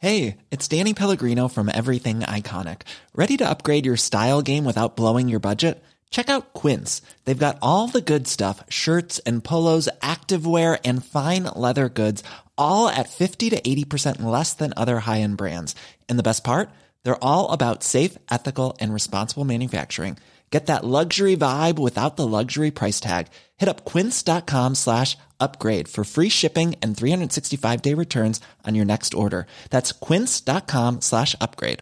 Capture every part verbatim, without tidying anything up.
Hey, it's Danny Pellegrino from Everything Iconic. Ready to upgrade your style game without blowing your budget? Check out Quince. They've got all the good stuff, shirts and polos, activewear, and fine leather goods, all at fifty to eighty percent less than other high-end brands. And the best part? They're all about safe, ethical, and responsible manufacturing. Get that luxury vibe without the luxury price tag. Hit up quince.com slash upgrade for free shipping and three sixty-five day returns on your next order. That's quince.com slash upgrade.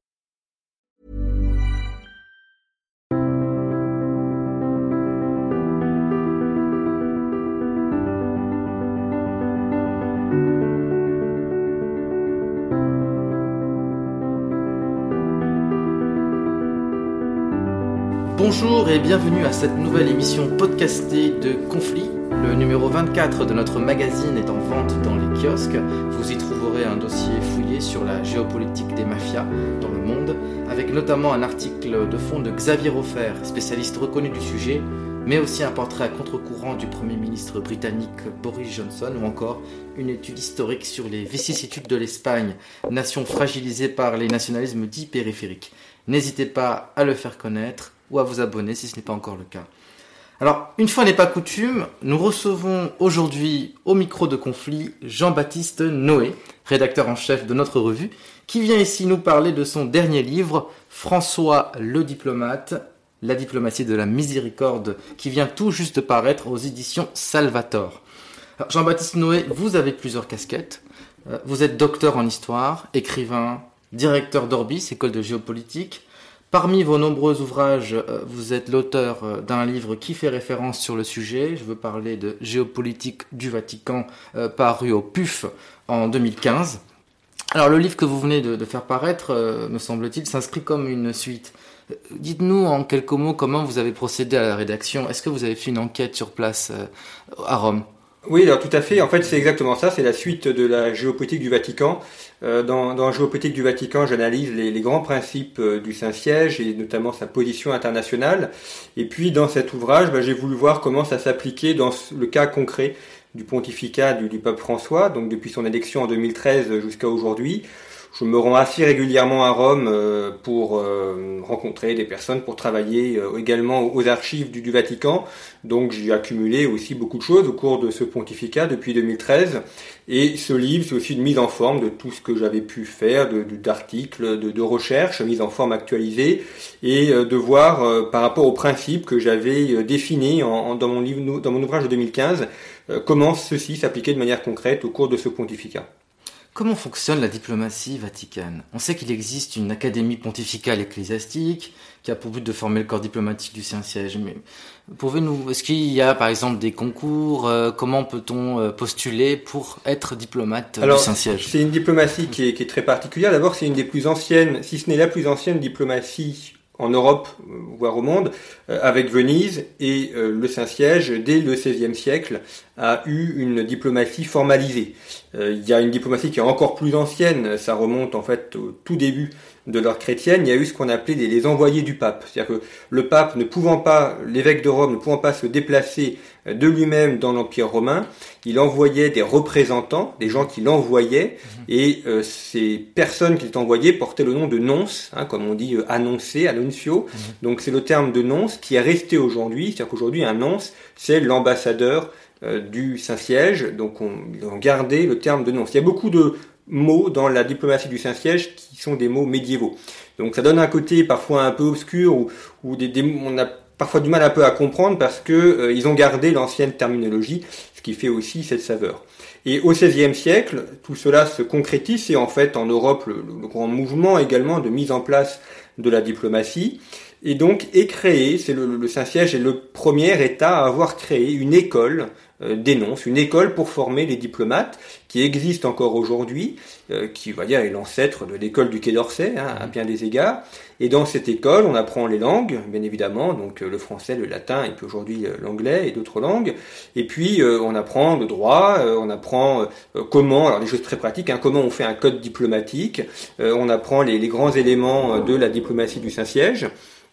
Bonjour et bienvenue à cette nouvelle émission podcastée de Conflit. Le numéro vingt-quatre de notre magazine est en vente dans les kiosques. Vous y trouverez un dossier fouillé sur la géopolitique des mafias dans le monde, avec notamment un article de fond de Xavier Hofer, spécialiste reconnu du sujet, mais aussi un portrait à contre-courant du Premier ministre britannique Boris Johnson, ou encore une étude historique sur les vicissitudes de l'Espagne, nation fragilisée par les nationalismes dits périphériques. N'hésitez pas à le faire connaître ou à vous abonner si ce n'est pas encore le cas. Alors, une fois n'est pas coutume, nous recevons aujourd'hui au micro de Conflit Jean-Baptiste Noé, rédacteur en chef de notre revue, qui vient ici nous parler de son dernier livre, François le diplomate, la diplomatie de la miséricorde, qui vient tout juste de paraître aux éditions Salvator. Alors, Jean-Baptiste Noé, vous avez plusieurs casquettes. Vous êtes docteur en histoire, écrivain, directeur d'Orbis, école de géopolitique. Parmi vos nombreux ouvrages, vous êtes l'auteur d'un livre qui fait référence sur le sujet. Je veux parler de Géopolitique du Vatican, euh, paru au P U F en deux mille quinze. Alors le livre que vous venez de, de faire paraître, euh, me semble-t-il, s'inscrit comme une suite. Dites-nous en quelques mots comment vous avez procédé à la rédaction. Est-ce que vous avez fait une enquête sur place euh, à Rome ? Oui, alors tout à fait. En fait, c'est exactement ça. C'est la suite de la géopolitique du Vatican. Euh, dans, dans la géopolitique du Vatican, j'analyse les, les grands principes euh, du Saint-Siège et notamment sa position internationale. Et puis, dans cet ouvrage, bah, j'ai voulu voir comment ça s'appliquait dans le cas concret du pontificat du, du pape François, donc depuis son élection en deux mille treize jusqu'à aujourd'hui. Je me rends assez régulièrement à Rome euh, pour euh, rencontrer des personnes, pour travailler euh, également aux archives du, du Vatican. Donc j'ai accumulé aussi beaucoup de choses au cours de ce pontificat depuis deux mille treize. Et ce livre, c'est aussi une mise en forme de tout ce que j'avais pu faire, de, de, d'articles, de, de recherches, mise en forme actualisée, et euh, de voir euh, par rapport aux principes que j'avais euh, définis en, en, dans, mon livre, dans mon ouvrage de deux mille quinze, euh, comment ceci s'appliquait de manière concrète au cours de ce pontificat. Comment fonctionne la diplomatie vaticane ? On sait qu'il existe une académie pontificale ecclésiastique qui a pour but de former le corps diplomatique du Saint-Siège. Mais pouvez-nous, est-ce qu'il y a par exemple des concours ? euh, Comment peut-on euh, postuler pour être diplomate Alors, du Saint-Siège ? C'est une diplomatie qui est, qui est très particulière. D'abord, c'est une des plus anciennes, si ce n'est la plus ancienne diplomatie en Europe, voire au monde, euh, avec Venise, et euh, le Saint-Siège, dès le seizième siècle, a eu une diplomatie formalisée. Euh, il y a une diplomatie qui est encore plus ancienne, ça remonte en fait au tout début de l'ère chrétienne. Il y a eu ce qu'on appelait les, les envoyés du pape, c'est-à-dire que le pape ne pouvant pas, l'évêque de Rome ne pouvant pas se déplacer de lui-même dans l'Empire romain, il envoyait des représentants, des gens qui l'envoyaient, mmh. et euh, ces personnes qui étaient envoyées portaient le nom de nonce, hein, comme on dit euh, annoncé, annuncio. Mmh. Donc c'est le terme de nonce qui est resté aujourd'hui, c'est-à-dire qu'aujourd'hui un nonce, c'est l'ambassadeur euh, du Saint-Siège, donc on, ils ont gardé le terme de nonce. Il y a beaucoup de mots dans la diplomatie du Saint-Siège qui sont des mots médiévaux. Donc ça donne un côté parfois un peu obscur où, où des, des, on a parfois du mal un peu à comprendre parce que euh, ils ont gardé l'ancienne terminologie, ce qui fait aussi cette saveur. Et au seizième siècle, tout cela se concrétise et en fait en Europe le, le grand mouvement également de mise en place de la diplomatie. Et donc est créé, c'est le, le Saint-Siège est le premier État à avoir créé une école euh, d'énonce, une école pour former les diplomates qui existe encore aujourd'hui, euh, qui va dire est l'ancêtre de l'école du Quai d'Orsay hein, à bien des égards. Et dans cette école, on apprend les langues, bien évidemment, donc euh, le français, le latin et puis aujourd'hui euh, l'anglais et d'autres langues. Et puis euh, on apprend le droit, euh, on apprend euh, comment, alors des choses très pratiques, hein, comment on fait un code diplomatique, euh, on apprend les, les grands éléments de la diplomatie du Saint-Siège.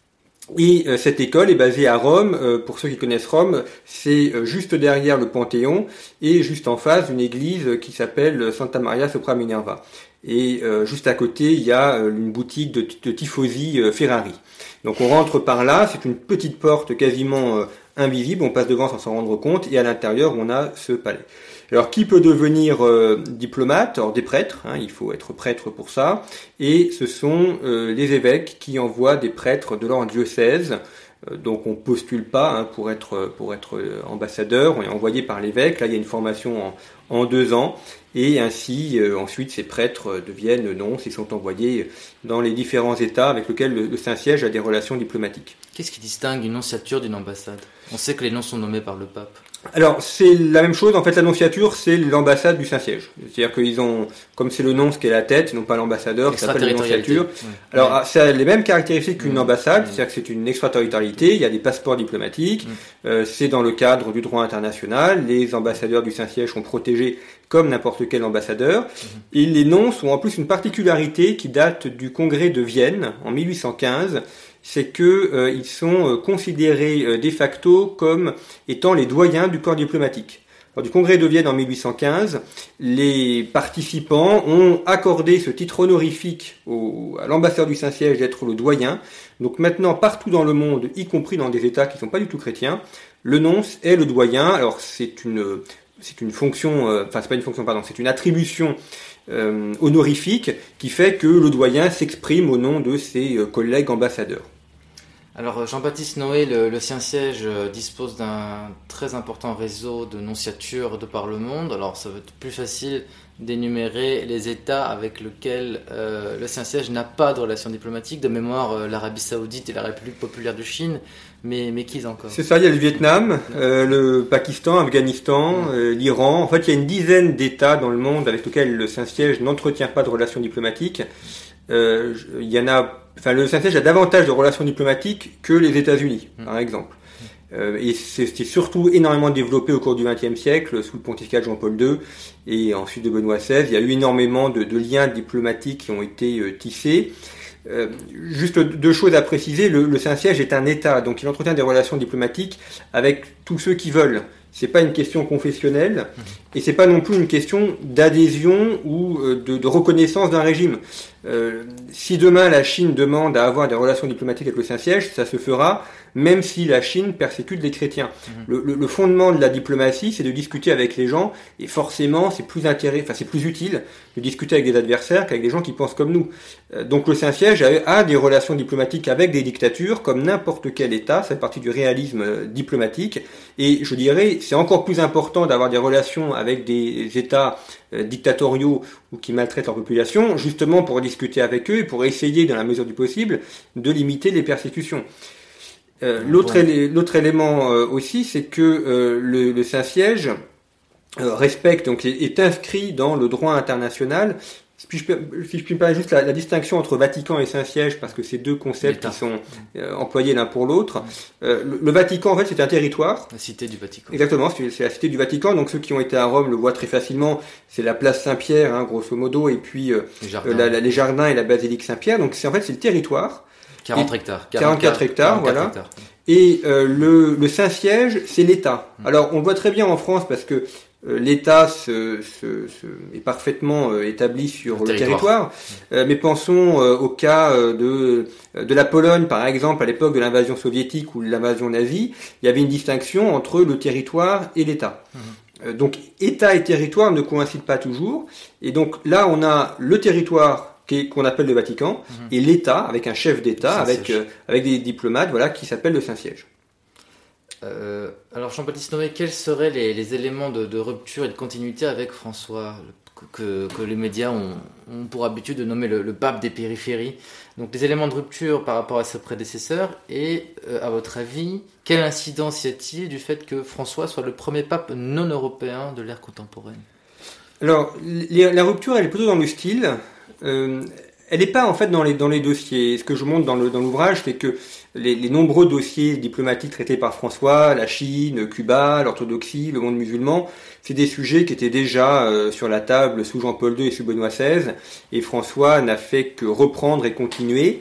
Et euh, cette école est basée à Rome. Euh, pour ceux qui connaissent Rome, c'est euh, juste derrière le Panthéon et juste en face d'une église qui s'appelle Santa Maria sopra Minerva. Et euh, juste à côté, il y a euh, une boutique de, de tifosi euh, Ferrari. Donc on rentre par là, c'est une petite porte quasiment euh, invisible, on passe devant sans s'en rendre compte, et à l'intérieur on a ce palais. Alors qui peut devenir euh, diplomate? Alors des prêtres, hein, il faut être prêtre pour ça, et ce sont euh, les évêques qui envoient des prêtres de leur diocèse. Euh, donc on postule pas hein, pour être pour être ambassadeur, on est envoyé par l'évêque. Là il y a une formation en, en deux ans, et ainsi euh, ensuite ces prêtres deviennent nonces et sont envoyés dans les différents États avec lesquels le, le Saint-Siège a des relations diplomatiques. Qu'est-ce qui distingue une nonciature d'une ambassade? On sait que les noms sont nommés par le pape. Alors, c'est la même chose. En fait, la nonciature, c'est l'ambassade du Saint-Siège. C'est-à-dire qu'ils ont, comme c'est le nonce qui est la tête, non pas l'ambassadeur, qui s'appelle la nonciature. Ouais. Alors, ouais. Ça a les mêmes caractéristiques qu'une mmh. ambassade, mmh. c'est-à-dire que c'est une extraterritorialité, il y a des passeports diplomatiques, mmh. euh, c'est dans le cadre du droit international, les ambassadeurs du Saint-Siège sont protégés comme n'importe quel ambassadeur, mmh. et les nonces ont en plus une particularité qui date du congrès de Vienne, en mille huit cent quinze, c'est que euh, ils sont euh, considérés euh, de facto comme étant les doyens du corps diplomatique. Lors du congrès de Vienne en mille huit cent quinze, les participants ont accordé ce titre honorifique au, à l'ambassadeur du Saint-Siège d'être le doyen. Donc maintenant, partout dans le monde, y compris dans des États qui ne sont pas du tout chrétiens, le nonce est le doyen. Alors c'est une, c'est une fonction, euh, enfin c'est pas une fonction, pardon, c'est une attribution euh, honorifique qui fait que le doyen s'exprime au nom de ses euh, collègues ambassadeurs. Alors Jean-Baptiste Noé, le, le Saint-Siège euh, dispose d'un très important réseau de nonciatures de par le monde. Alors ça va être plus facile d'énumérer les États avec lesquels euh, le Saint-Siège n'a pas de relations diplomatiques. De mémoire, euh, l'Arabie Saoudite et la République populaire de Chine, mais, mais qui encore? C'est ça, il y a le Vietnam, euh, le Pakistan, Afghanistan, euh, l'Iran. En fait, il y a une dizaine d'États dans le monde avec lesquels le Saint-Siège n'entretient pas de relations diplomatiques. Euh, il y en a, enfin, le Saint-Siège a davantage de relations diplomatiques que les États-Unis, mmh. par exemple. Euh, et c'est, c'est surtout énormément développé au cours du vingtième siècle, sous le pontificat de Jean-Paul deux et ensuite de Benoît seize. Il y a eu énormément de, de liens diplomatiques qui ont été euh, tissés. Euh, juste deux choses à préciser. Le, le Saint-Siège est un État, donc il entretient des relations diplomatiques avec tous ceux qui veulent. C'est pas une question confessionnelle et c'est pas non plus une question d'adhésion ou de, de reconnaissance d'un régime. Euh, si demain la Chine demande à avoir des relations diplomatiques avec le Saint-Siège, ça se fera, même si la Chine persécute les chrétiens. Mmh. Le, le, le fondement de la diplomatie, c'est de discuter avec les gens, et forcément, c'est plus intérêt, enfin c'est plus utile de discuter avec des adversaires qu'avec des gens qui pensent comme nous. Euh, donc le Saint-Siège a, a des relations diplomatiques avec des dictatures, comme n'importe quel État, c'est partie du réalisme euh, diplomatique, et je dirais, c'est encore plus important d'avoir des relations avec des États euh, dictatoriaux ou qui maltraitent leur population, justement pour discuter avec eux et pour essayer, dans la mesure du possible, de limiter les persécutions. Euh, l'autre, bon. élé- l'autre élément euh, aussi, c'est que euh, le, le Saint-Siège euh, respecte, donc est, est inscrit dans le droit international. Si je peux, si je puis me permettre juste la, la distinction entre Vatican et Saint-Siège, parce que c'est deux concepts L'État. qui sont euh, employés l'un pour l'autre. Euh, le, le Vatican, en fait, c'est un territoire. La cité du Vatican. Exactement, c'est, c'est la cité du Vatican. Donc ceux qui ont été à Rome le voient très facilement. C'est la place Saint-Pierre, hein, grosso modo, et puis euh, les, jardins. Euh, la, la, les jardins et la basilique Saint-Pierre. Donc c'est en fait c'est le territoire. quarante hectares. quarante-quatre hectares, voilà. Hectares. Et euh, le, le Saint-Siège, c'est l'État. Mmh. Alors, on le voit très bien en France parce que euh, l'État se, se, se, est parfaitement euh, établi sur le, le territoire. territoire. Mmh. Euh, mais pensons euh, au cas euh, de, de la Pologne, par exemple, à l'époque de l'invasion soviétique ou de l'invasion nazie. Il y avait une distinction entre le territoire et l'État. Mmh. Euh, donc, État et territoire ne coïncident pas toujours. Et donc, là, on a le territoire qu'on appelle le Vatican, mmh. et l'État, avec un chef d'État, avec, euh, avec des diplomates, voilà, qui s'appelle le Saint-Siège. Euh, alors Jean-Baptiste Noé, quels seraient les, les éléments de, de rupture et de continuité avec François, que, que les médias ont, ont pour habitude de nommer le, le pape des périphéries? Donc les éléments de rupture par rapport à ses prédécesseurs, et euh, à votre avis, quelle incidence y a-t-il du fait que François soit le premier pape non européen de l'ère contemporaine? Alors, les, la rupture, elle est plutôt dans le style. Euh, elle n'est pas en fait dans les dans les dossiers. Ce que je montre dans le dans l'ouvrage, c'est que les, les nombreux dossiers diplomatiques traités par François, la Chine, Cuba, l'orthodoxie, le monde musulman, c'est des sujets qui étaient déjà euh, sur la table sous Jean-Paul deux et sous Benoît seize, et François n'a fait que reprendre et continuer.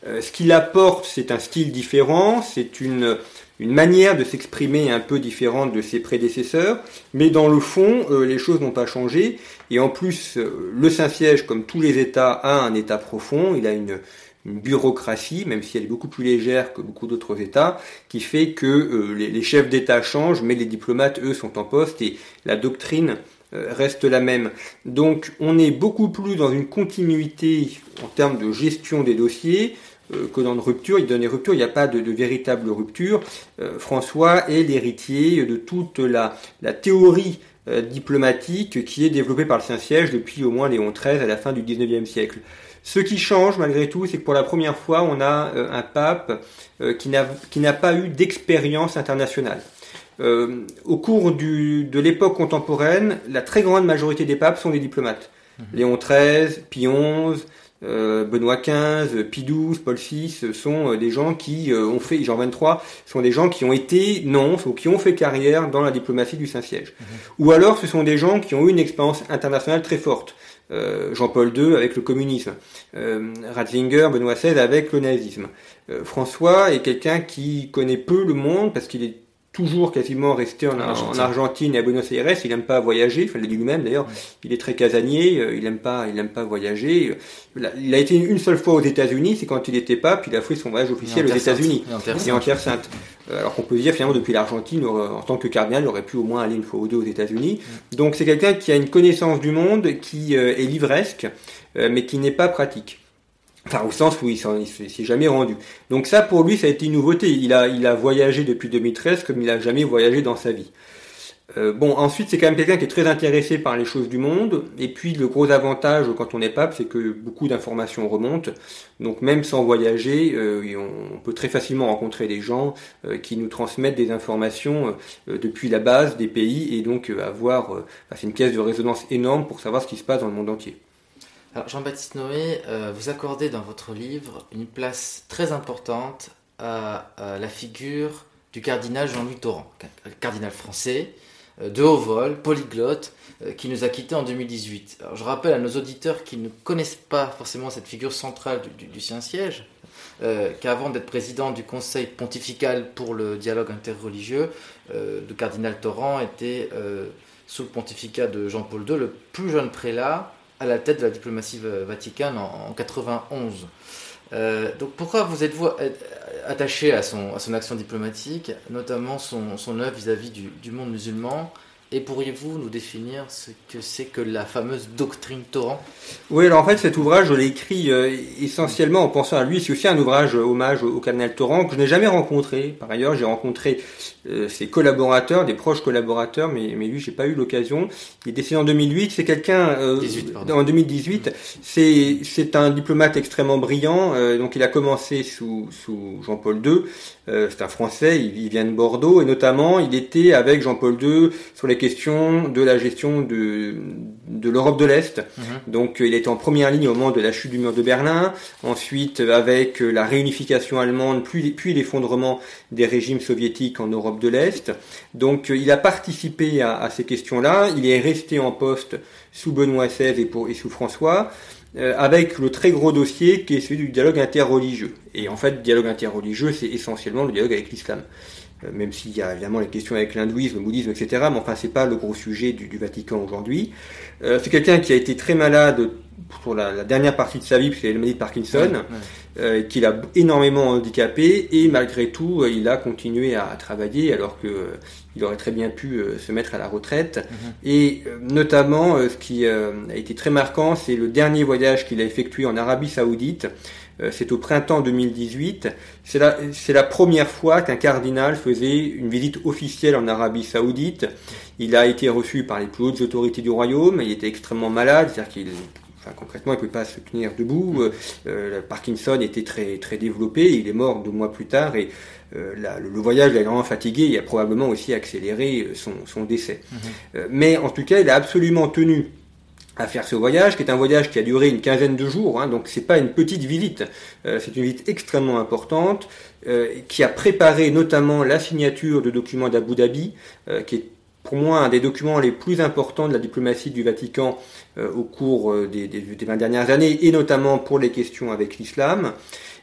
Euh, ce qu'il apporte, c'est un style différent, c'est une, une manière de s'exprimer un peu différente de ses prédécesseurs, mais dans le fond, euh, les choses n'ont pas changé. Et en plus, euh, le Saint-Siège, comme tous les États, a un État profond, il a une, une bureaucratie, même si elle est beaucoup plus légère que beaucoup d'autres États, qui fait que euh, les, les chefs d'État changent, mais les diplomates, eux, sont en poste, et la doctrine euh, reste la même. Donc on est beaucoup plus dans une continuité en termes de gestion des dossiers, euh, que dans une rupture. Dans les ruptures, il n'y a pas de, de véritable rupture. Euh, François est l'héritier de toute la, la théorie euh, diplomatique qui est développée par le Saint-Siège depuis au moins Léon treize à la fin du dix-neuvième siècle. Ce qui change malgré tout, c'est que pour la première fois, on a euh, un pape euh, qui n'a, qui n'a pas eu d'expérience internationale. Euh, au cours du, de l'époque contemporaine, la très grande majorité des papes sont des diplomates. Mmh. Léon treize, Pie onze, euh, Benoît quinze, Pie douze, Paul six sont euh, des gens qui euh, ont fait, Jean vingt-trois, sont des gens qui ont été nonces ou qui ont fait carrière dans la diplomatie du Saint-Siège. Mmh. Ou alors ce sont des gens qui ont eu une expérience internationale très forte. Euh, Jean-Paul deux avec le communisme, euh, Ratzinger, Benoît seize avec le nazisme. Euh, François est quelqu'un qui connaît peu le monde parce qu'il est toujours quasiment resté en, en Argentine et à Buenos Aires. Il n'aime pas voyager, il fallait dire lui-même d'ailleurs. Ouais. Il est très casanier, euh, il n'aime pas, il n'aime pas voyager. Il a été une seule fois aux États-Unis, c'est quand il était pape, il a fait son voyage officiel aux États-Unis et en Terre Sainte. Alors qu'on peut dire finalement depuis l'Argentine, en tant que cardinal, il aurait pu au moins aller une fois ou deux aux États-Unis. Donc c'est quelqu'un qui a une connaissance du monde qui euh, est livresque, euh, mais qui n'est pas pratique. Enfin, au sens où il ne s'est jamais rendu. Donc ça, pour lui, ça a été une nouveauté. Il a, il a voyagé depuis deux mille treize comme il n'a jamais voyagé dans sa vie. Euh, bon, ensuite, c'est quand même quelqu'un qui est très intéressé par les choses du monde. Et puis, le gros avantage quand on est pape, c'est que beaucoup d'informations remontent. Donc, même sans voyager, euh, on peut très facilement rencontrer des gens euh, qui nous transmettent des informations euh, depuis la base des pays et donc euh, avoir, euh, c'est une caisse de résonance énorme pour savoir ce qui se passe dans le monde entier. Alors, Jean-Baptiste Noé, euh, vous accordez dans votre livre une place très importante à, à la figure du cardinal Jean-Louis Torrent, cardinal français, euh, de haut vol, polyglotte, euh, qui nous a quittés en deux mille dix-huit. Alors, je rappelle à nos auditeurs qui ne connaissent pas forcément cette figure centrale du, du, du Saint-Siège, euh, qu'avant d'être président du Conseil pontifical pour le dialogue interreligieux, euh, le cardinal Torrent était, euh, sous le pontificat de Jean-Paul deux, le plus jeune prélat à la tête de la diplomatie vaticane en, en quatre-vingt-onze. Euh, donc pourquoi vous êtes-vous attaché à son, à son action diplomatique, notamment son, son œuvre vis-à-vis du, du monde musulman, et pourriez-vous nous définir ce que c'est que la fameuse doctrine Torrent ? Oui, alors en fait cet ouvrage je l'ai écrit euh, essentiellement en pensant à lui. C'est aussi un ouvrage euh, hommage au, au cardinal Torrent que je n'ai jamais rencontré. Par ailleurs, j'ai rencontré euh, ses collaborateurs, des proches collaborateurs, mais, mais lui j'ai pas eu l'occasion. Il est décédé en deux mille huit. C'est quelqu'un euh, dix-huit, en deux mille dix-huit. C'est c'est un diplomate extrêmement brillant. Euh, donc il a commencé sous sous Jean-Paul deux. Euh, c'est un Français. Il, il vient de Bordeaux et notamment il était avec Jean-Paul deux sur les questions de la gestion de, de l'Europe de l'Est. Mmh. Donc il était en première ligne au moment de la chute du mur de Berlin, ensuite avec la réunification allemande, puis, puis l'effondrement des régimes soviétiques en Europe de l'Est. Donc il a participé à, à ces questions-là, il est resté en poste sous Benoît seize et, pour, et sous François, euh, avec le très gros dossier qui est celui du dialogue interreligieux. Et en fait, le dialogue interreligieux, c'est essentiellement le dialogue avec l'islam. Même s'il y a évidemment les questions avec l'hindouisme, le bouddhisme, et cetera. Mais enfin, c'est pas le gros sujet du, du Vatican aujourd'hui. Euh, c'est quelqu'un qui a été très malade pour la, la dernière partie de sa vie, puisqu'il a la maladie de Parkinson, ouais, ouais. Euh, qui l'a énormément handicapé, et malgré tout, il a continué à, à travailler, alors que euh, il aurait très bien pu euh, se mettre à la retraite. Mm-hmm. Et euh, notamment, euh, ce qui euh, a été très marquant, c'est le dernier voyage qu'il a effectué en Arabie Saoudite. C'est au printemps deux mille dix-huit. C'est la, c'est la première fois qu'un cardinal faisait une visite officielle en Arabie Saoudite. Il a été reçu par les plus hautes autorités du royaume. Il était extrêmement malade, c'est-à-dire qu'il, enfin, concrètement, il ne pouvait pas se tenir debout. Euh, le Parkinson était très, très développé. Il est mort deux mois plus tard et euh, la, le, le voyage l'a énormément fatigué et a probablement aussi accéléré son, son décès. Mmh. Euh, mais en tout cas, il a absolument tenu à faire ce voyage, qui est un voyage qui a duré une quinzaine de jours, hein, donc c'est pas une petite visite, euh, c'est une visite extrêmement importante, euh, qui a préparé notamment la signature de documents d'Abu Dhabi, euh, qui est pour moi un des documents les plus importants de la diplomatie du Vatican euh, au cours euh, des, des, des vingt dernières années, et notamment pour les questions avec l'islam.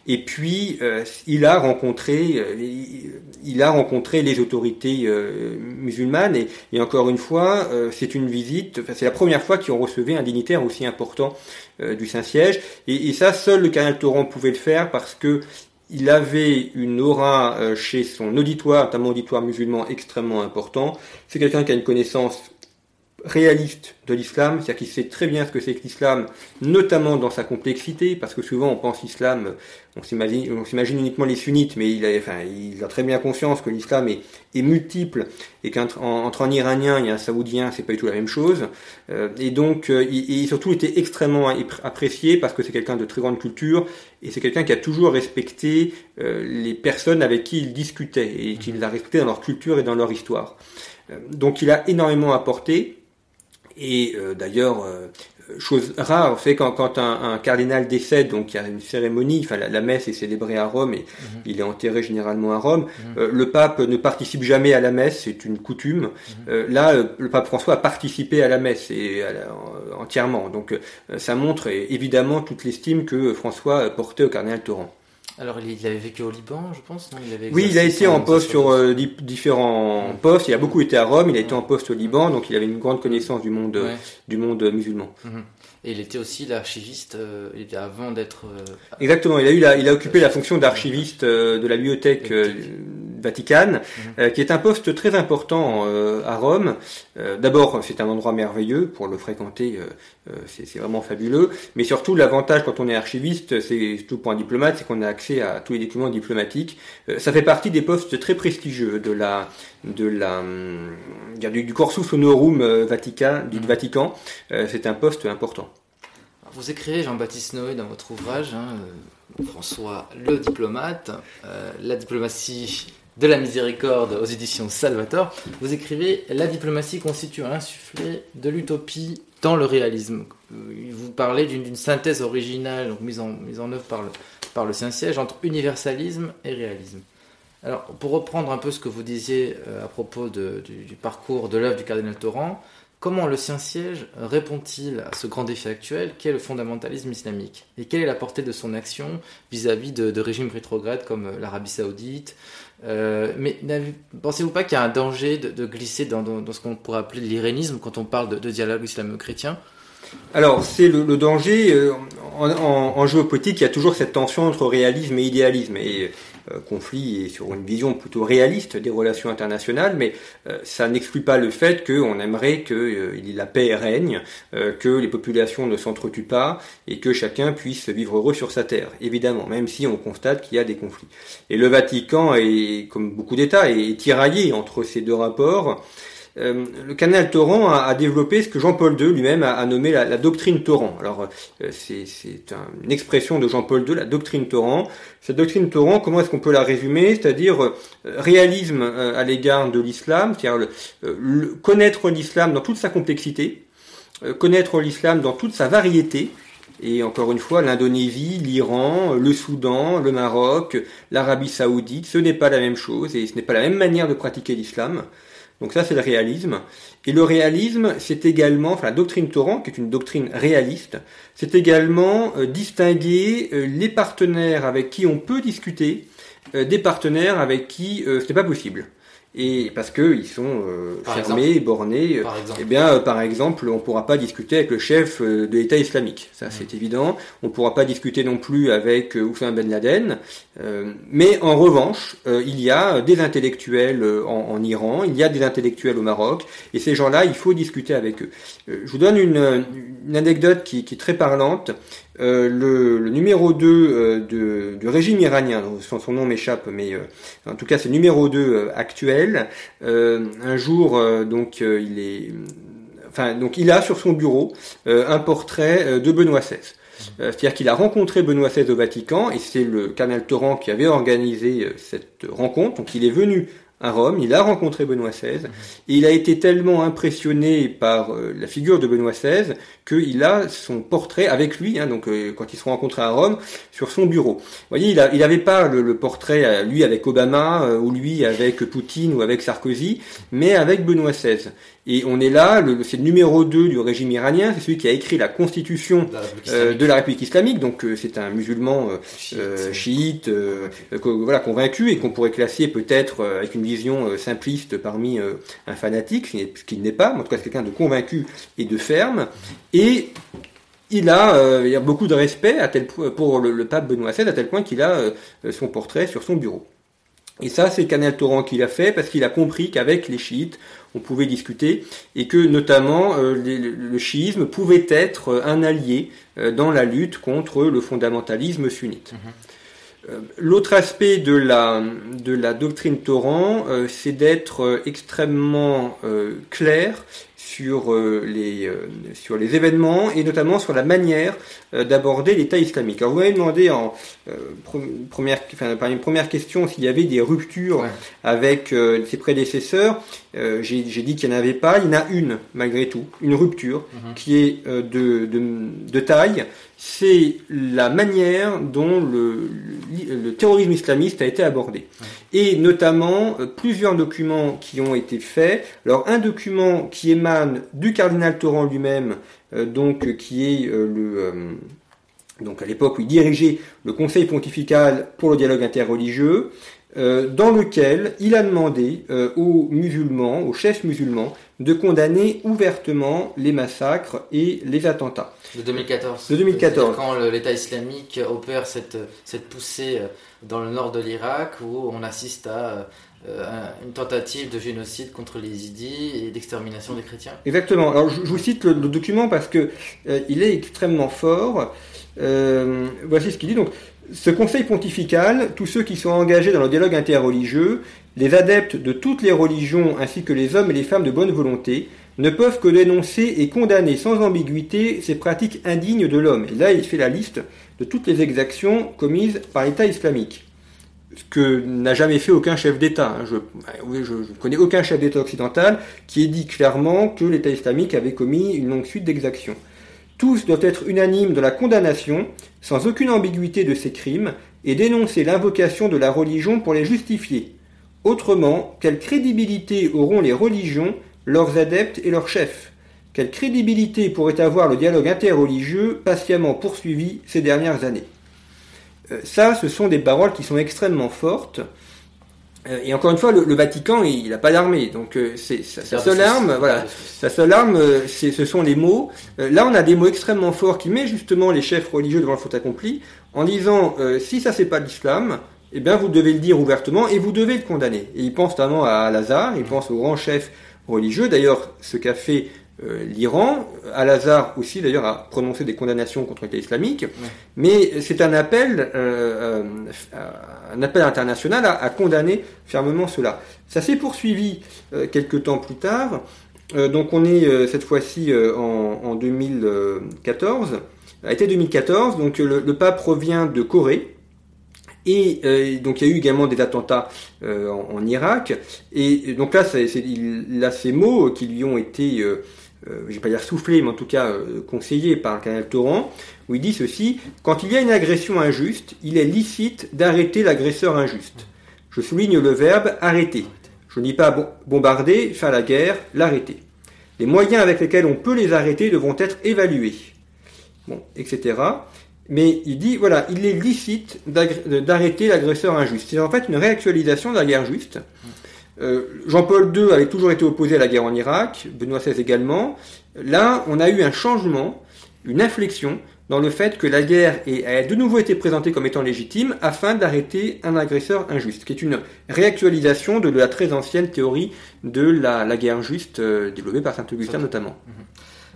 Et puis, euh, il a rencontré, euh, il a rencontré les autorités euh, musulmanes. Et, et encore une fois, euh, c'est une visite. Enfin, c'est la première fois qu'ils ont reçu un dignitaire aussi important euh, du Saint-Siège. Et, et ça, seul le cardinal Thoran pouvait le faire parce que il avait une aura euh, chez son auditoire, notamment auditoire musulman, extrêmement important. C'est quelqu'un qui a une connaissance réaliste de l'islam, c'est-à-dire qu'il sait très bien ce que c'est que l'islam, notamment dans sa complexité, parce que souvent on pense l'islam, on s'imagine, on s'imagine uniquement les sunnites, mais il a, enfin, il a très bien conscience que l'islam est, est multiple, et qu'entre entre un Iranien et un Saoudien, c'est pas du tout la même chose, euh, et donc, euh, il, et surtout était extrêmement apprécié, parce que c'est quelqu'un de très grande culture, et c'est quelqu'un qui a toujours respecté euh, les personnes avec qui il discutait, et qui les a respectées dans leur culture et dans leur histoire. Euh, donc il a énormément apporté. Et euh, d'ailleurs, euh, chose rare, c'est quand, quand un, un cardinal décède, donc il y a une cérémonie, enfin la, la messe est célébrée à Rome et mmh. il est enterré généralement à Rome. Mmh. Euh, le pape ne participe jamais à la messe, c'est une coutume. Mmh. Euh, là, euh, le pape François a participé à la messe et à la, en, entièrement. Donc euh, ça montre évidemment toute l'estime que François portait au cardinal Thoran. Alors, il avait vécu au Liban, je pense, non? Il avait Oui, il a été en poste sur euh, di- différents mmh. postes. Il a beaucoup été à Rome. Il a mmh. été en poste au Liban, donc il avait une grande connaissance du monde, ouais. du monde musulman. Mmh. Et il était aussi l'archiviste. Euh, il était avant d'être. Euh, Exactement. Il a eu, la, il a occupé la fonction d'archiviste euh, de la bibliothèque euh, Vaticane, mmh. euh, qui est un poste très important euh, à Rome. Euh, d'abord, c'est un endroit merveilleux pour le fréquenter. Euh, euh, c'est, c'est vraiment fabuleux. Mais surtout, l'avantage quand on est archiviste, c'est surtout pour un diplomate, c'est qu'on a accès à tous les documents diplomatiques. Euh, ça fait partie des postes très prestigieux de la, de la, du, du Cursus Honorum Vatican, du mmh. Vatican. Euh, c'est un poste important. Vous écrivez, Jean-Baptiste Noé, dans votre ouvrage, hein, euh, François le diplomate, euh, la diplomatie de la miséricorde aux éditions Salvator. Vous écrivez « La diplomatie constitue un insufflé de l'utopie dans le réalisme ». Vous parlez d'une, d'une synthèse originale, donc mise en, mise en œuvre par le, par le Saint-Siège, entre universalisme et réalisme. Alors, pour reprendre un peu ce que vous disiez euh, à propos de, du, du parcours de l'œuvre du cardinal Thoran, comment le Saint-Siège répond-il à ce grand défi actuel qu'est le fondamentalisme islamique? Et quelle est la portée de son action vis-à-vis de, de régimes rétrogrades comme l'Arabie Saoudite? euh, Mais pensez-vous pas qu'il y a un danger de, de glisser dans, dans, dans ce qu'on pourrait appeler l'irénisme quand on parle de, de dialogue islamo-chrétien? Alors, c'est le, le danger. Euh, en, en, en géopolitique, il y a toujours cette tension entre réalisme et idéalisme. Et euh, conflit est sur une vision plutôt réaliste des relations internationales, mais euh, ça n'exclut pas le fait qu'on aimerait que euh, la paix règne, euh, que les populations ne s'entretuent pas et que chacun puisse vivre heureux sur sa terre, évidemment, même si on constate qu'il y a des conflits. Et le Vatican, est, comme beaucoup d'États, est tiraillé entre ces deux rapports. Euh, le cardinal Thoran a, a développé ce que Jean-Paul deux lui-même a, a nommé la, la doctrine Thoran. Alors, euh, c'est, c'est un, une expression de Jean-Paul deux, la doctrine Thoran. Cette doctrine Thoran, comment est-ce qu'on peut la résumer? C'est-à-dire euh, réalisme euh, à l'égard de l'islam, c'est-à-dire le, euh, le, connaître l'islam dans toute sa complexité, euh, connaître l'islam dans toute sa variété. Et encore une fois, l'Indonésie, l'Iran, le Soudan, le Maroc, l'Arabie Saoudite, ce n'est pas la même chose et ce n'est pas la même manière de pratiquer l'islam. Donc ça, c'est le réalisme. Et le réalisme, c'est également, enfin la doctrine Thoran, qui est une doctrine réaliste, c'est également euh, distinguer euh, les partenaires avec qui on peut discuter euh, des partenaires avec qui euh, ce n'est pas possible. Et parce que ils sont euh, fermés, exemple. bornés. Par exemple. Eh bien, euh, par exemple, on ne pourra pas discuter avec le chef euh, de l'État islamique. Ça, mmh. c'est évident. On ne pourra pas discuter non plus avec euh, Oussama Ben Laden. Euh, mais en revanche, euh, il y a des intellectuels euh, en, en Iran, il y a des intellectuels au Maroc, et ces gens-là, il faut discuter avec eux. Euh, je vous donne une, une anecdote qui, qui est très parlante. Euh, le, le numéro deux euh, de, du régime iranien, son, son nom m'échappe, mais euh, en tout cas c'est le numéro deux euh, actuel. Euh, un jour, euh, donc euh, il est, enfin donc il a sur son bureau euh, un portrait euh, de Benoît seize. Euh, c'est-à-dire qu'il a rencontré Benoît seize au Vatican et c'est le cardinal Thoran qui avait organisé euh, cette rencontre. Donc il est venu à Rome, il a rencontré Benoît seize, et il a été tellement impressionné par euh, la figure de Benoît seize qu'il a son portrait avec lui, hein, donc euh, quand ils se sont rencontrés à Rome, sur son bureau. Vous voyez, il a, il avait pas le, le portrait, euh, lui avec Obama, euh, ou lui avec Poutine, ou avec Sarkozy, mais avec Benoît seize. Et on est là, le, c'est le numéro deux du régime iranien, c'est celui qui a écrit la constitution la euh, de la République islamique, donc euh, c'est un musulman euh, chiite, euh, chiite euh, euh, voilà, convaincu, et qu'on pourrait classer peut-être euh, avec une vision euh, simpliste parmi euh, un fanatique, ce qu'il n'est pas, mais en tout cas c'est quelqu'un de convaincu et de ferme, et il a, euh, il a beaucoup de respect à tel point, pour le, le pape Benoît seize, à tel point qu'il a euh, son portrait sur son bureau. Et ça, c'est Canal Torrent qui l'a fait, parce qu'il a compris qu'avec les chiites, on pouvait discuter, et que notamment euh, les, le chiisme pouvait être un allié euh, dans la lutte contre le fondamentalisme sunnite. Mmh. Euh, l'autre aspect de la, de la doctrine Torrent, euh, c'est d'être euh, extrêmement euh, clair sur, euh, les, euh, sur les événements, et notamment sur la manière euh, d'aborder l'État islamique. Alors vous m'avez demandé en euh, première, enfin, par une première question s'il y avait des ruptures ouais. avec euh, ses prédécesseurs. Euh, j'ai, j'ai dit qu'il n'y en avait pas. Il y en a une, malgré tout, une rupture mm-hmm. qui est euh, de, de, de taille. C'est la manière dont le, le, le terrorisme islamiste a été abordé. Ouais. Et notamment, euh, plusieurs documents qui ont été faits. Alors, un document qui émane du cardinal Torrent lui-même, euh, donc qui est euh, le... Euh, donc à l'époque où il dirigeait le Conseil pontifical pour le dialogue interreligieux, euh, dans lequel il a demandé euh, aux musulmans, aux chefs musulmans, de condamner ouvertement les massacres et les attentats. De deux mille quatorze. De deux mille quatorze. Quand le, l'État islamique opère cette, cette poussée dans le nord de l'Irak, où on assiste à euh, une tentative de génocide contre les yézidis et d'extermination des chrétiens. Exactement. Alors je, je vous cite le, le document parce que euh, il est extrêmement fort. Euh, voici ce qu'il dit. Donc, ce conseil pontifical, tous ceux qui sont engagés dans le dialogue interreligieux, les adeptes de toutes les religions ainsi que les hommes et les femmes de bonne volonté, ne peuvent que dénoncer et condamner sans ambiguïté ces pratiques indignes de l'homme. Et là, il fait la liste de toutes les exactions commises par l'État islamique. Ce que n'a jamais fait aucun chef d'État. Je ne connais aucun chef d'État occidental qui ait dit clairement que l'État islamique avait commis une longue suite d'exactions. Tous doivent être unanimes dans la condamnation, sans aucune ambiguïté de ces crimes, et dénoncer l'invocation de la religion pour les justifier. Autrement, quelle crédibilité auront les religions, leurs adeptes et leurs chefs? Quelle crédibilité pourrait avoir le dialogue interreligieux patiemment poursuivi ces dernières années? euh, Ça, ce sont des paroles qui sont extrêmement fortes. Euh, et encore une fois, le, le Vatican, il n'a pas d'armée, donc euh, c'est, sa, sa seule arme, voilà, sa seule arme, euh, c'est, ce sont les mots. Euh, là, on a des mots extrêmement forts qui mettent justement les chefs religieux devant le fait accompli, en disant euh, si ça c'est pas l'islam, eh bien vous devez le dire ouvertement et vous devez le condamner. Et ils pensent notamment à Al-Azhar, ils pensent aux grands chefs religieux. D'ailleurs, ce qu'a fait euh, l'Iran, Al-Azhar aussi d'ailleurs a prononcé des condamnations contre l'État islamique, ouais. Mais c'est un appel, euh, euh, un appel international à, à condamner fermement cela. Ça s'est poursuivi euh, quelques temps plus tard. Euh, donc on est euh, cette fois-ci euh, en, en deux mille quatorze, a été deux mille quatorze. Donc le, le pape revient de Corée. Et euh, donc il y a eu également des attentats euh, en, en Irak, et donc là, c'est, c'est, il a ces mots qui lui ont été, euh, euh, je vais pas dire soufflés, mais en tout cas euh, conseillés par le canal Torrent, où il dit ceci: quand il y a une agression injuste, il est licite d'arrêter l'agresseur injuste. Je souligne le verbe arrêter. Je ne dis pas bombarder, faire la guerre, l'arrêter. Les moyens avec lesquels on peut les arrêter devront être évalués. Bon, et cetera. Mais il dit, voilà, il est licite d'arrêter l'agresseur injuste. C'est en fait une réactualisation de la guerre juste. Euh, Jean-Paul deux avait toujours été opposé à la guerre en Irak, Benoît seize également. Là, on a eu un changement, une inflexion, dans le fait que la guerre a de nouveau été présentée comme étant légitime afin d'arrêter un agresseur injuste, qui est une réactualisation de la très ancienne théorie de la, la guerre juste, euh, développée par Saint-Augustin notamment.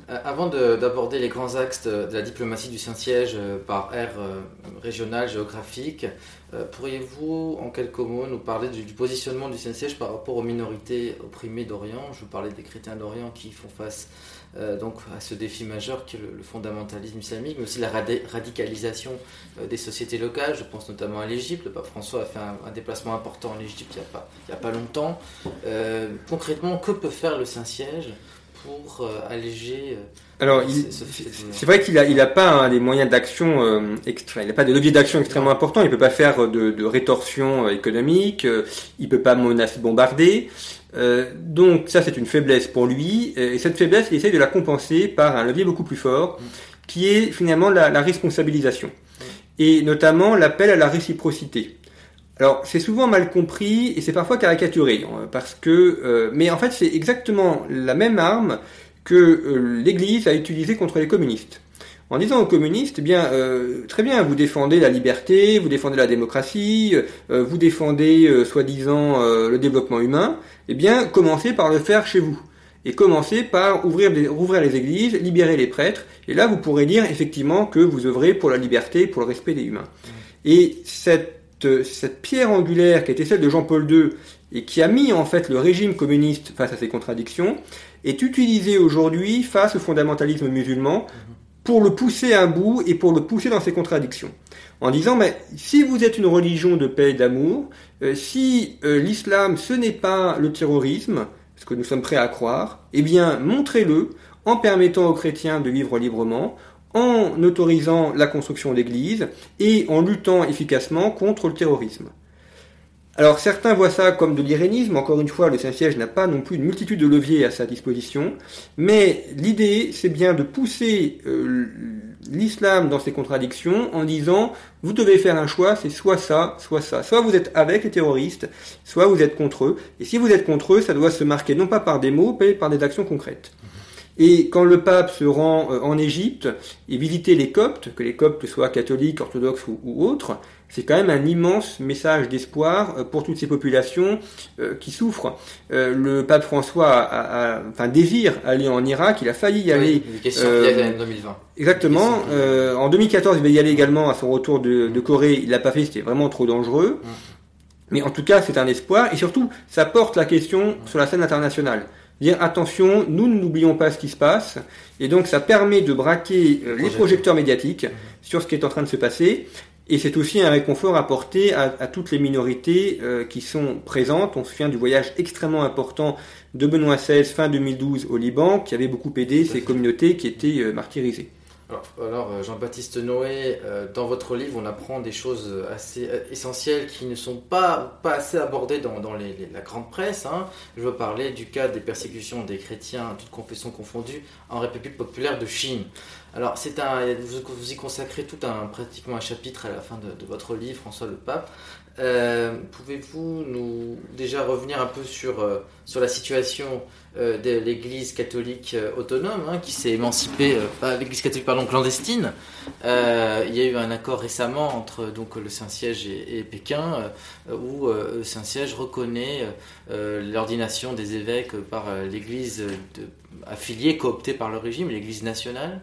Euh, avant de, d'aborder les grands axes de, de la diplomatie du Saint-Siège euh, par aire euh, régionale, géographique, euh, pourriez-vous en quelques mots nous parler du, du positionnement du Saint-Siège par rapport aux minorités opprimées d'Orient ? Je veux parler des chrétiens d'Orient qui font face euh, donc à ce défi majeur qui est le, le fondamentalisme islamique, mais aussi la radi- radicalisation euh, des sociétés locales. Je pense notamment à l'Égypte. Le pape François a fait un, un déplacement important en Égypte il n'y a pas, il y a pas longtemps. Euh, concrètement, que peut faire le Saint-Siège pour euh, alléger euh, Alors, il, ce, ce, c'est, ce, c'est vrai qu'il a, il a pas hein, des moyens d'action euh, extra, il n'a pas de levier d'action extrêmement importants. Il peut pas faire de, de rétorsion économique. Euh, il peut pas menacer, bombarder. Euh, donc ça, c'est une faiblesse pour lui. Et cette faiblesse, il essaie de la compenser par un levier beaucoup plus fort, qui est finalement la, la responsabilisation et notamment l'appel à la réciprocité. Alors, c'est souvent mal compris et c'est parfois caricaturé, parce que, euh, mais en fait, c'est exactement la même arme que euh, l'Église a utilisée contre les communistes. En disant aux communistes, eh bien, euh, très bien, vous défendez la liberté, vous défendez la démocratie, euh, vous défendez, euh, soi-disant, euh, le développement humain, eh bien, commencez par le faire chez vous. Et commencez par ouvrir, des, rouvrir les églises, libérer les prêtres, et là, vous pourrez dire effectivement que vous œuvrez pour la liberté, pour le respect des humains. Et cette cette pierre angulaire qui était celle de Jean-Paul deux et qui a mis en fait le régime communiste face à ces contradictions est utilisée aujourd'hui face au fondamentalisme musulman pour le pousser à un bout et pour le pousser dans ses contradictions. En disant, mais si vous êtes une religion de paix et d'amour, euh, si euh, l'islam ce n'est pas le terrorisme, ce que nous sommes prêts à croire, eh bien montrez-le en permettant aux chrétiens de vivre librement, en autorisant la construction d'églises et en luttant efficacement contre le terrorisme. Alors certains voient ça comme de l'irénisme, encore une fois le Saint-Siège n'a pas non plus une multitude de leviers à sa disposition, mais l'idée c'est bien de pousser euh, l'islam dans ses contradictions en disant vous devez faire un choix, c'est soit ça, soit ça. Soit vous êtes avec les terroristes, soit vous êtes contre eux, et si vous êtes contre eux, ça doit se marquer non pas par des mots, mais par des actions concrètes. Et quand le pape se rend en Égypte et visiter les Coptes, que les Coptes soient catholiques, orthodoxes ou, ou autres, c'est quand même un immense message d'espoir pour toutes ces populations euh, qui souffrent. Euh, le pape François a, a, enfin, désire aller en Irak, il a failli y aller. Oui, euh, en deux mille vingt. Exactement. Euh, en deux mille quatorze, il va y aller également à son retour de, de Corée. Il l'a pas fait, c'était vraiment trop dangereux. Mmh. Mais en tout cas, c'est un espoir et surtout, ça porte la question mmh. sur la scène internationale. Dire attention, nous n'oublions pas ce qui se passe, et donc ça permet de braquer euh, les projecteurs médiatiques mmh. sur ce qui est en train de se passer, et c'est aussi un réconfort apporté à, à toutes les minorités euh, qui sont présentes. On se souvient du voyage extrêmement important de Benoît seize fin deux mille douze au Liban, qui avait beaucoup aidé ces communautés qui étaient euh, martyrisées. Alors, alors Jean-Baptiste Noé, euh, dans votre livre, on apprend des choses assez euh, essentielles qui ne sont pas, pas assez abordées dans, dans les, les, la grande presse. Hein. Je veux parler du cas des persécutions des chrétiens, toutes confessions confondues, en République populaire de Chine. Alors, c'est un, vous, vous y consacrez tout un, pratiquement un chapitre à la fin de, de votre livre, François le Pape. Euh, pouvez-vous nous déjà revenir un peu sur, euh, sur la situation euh, de l'Église catholique euh, autonome hein, qui s'est émancipée, euh, pas l'Église catholique pardon clandestine. Euh, il y a eu un accord récemment entre donc le Saint-Siège et, et Pékin euh, où euh, le Saint-Siège reconnaît euh, l'ordination des évêques par euh, l'Église de, affiliée, cooptée par le régime, l'Église nationale.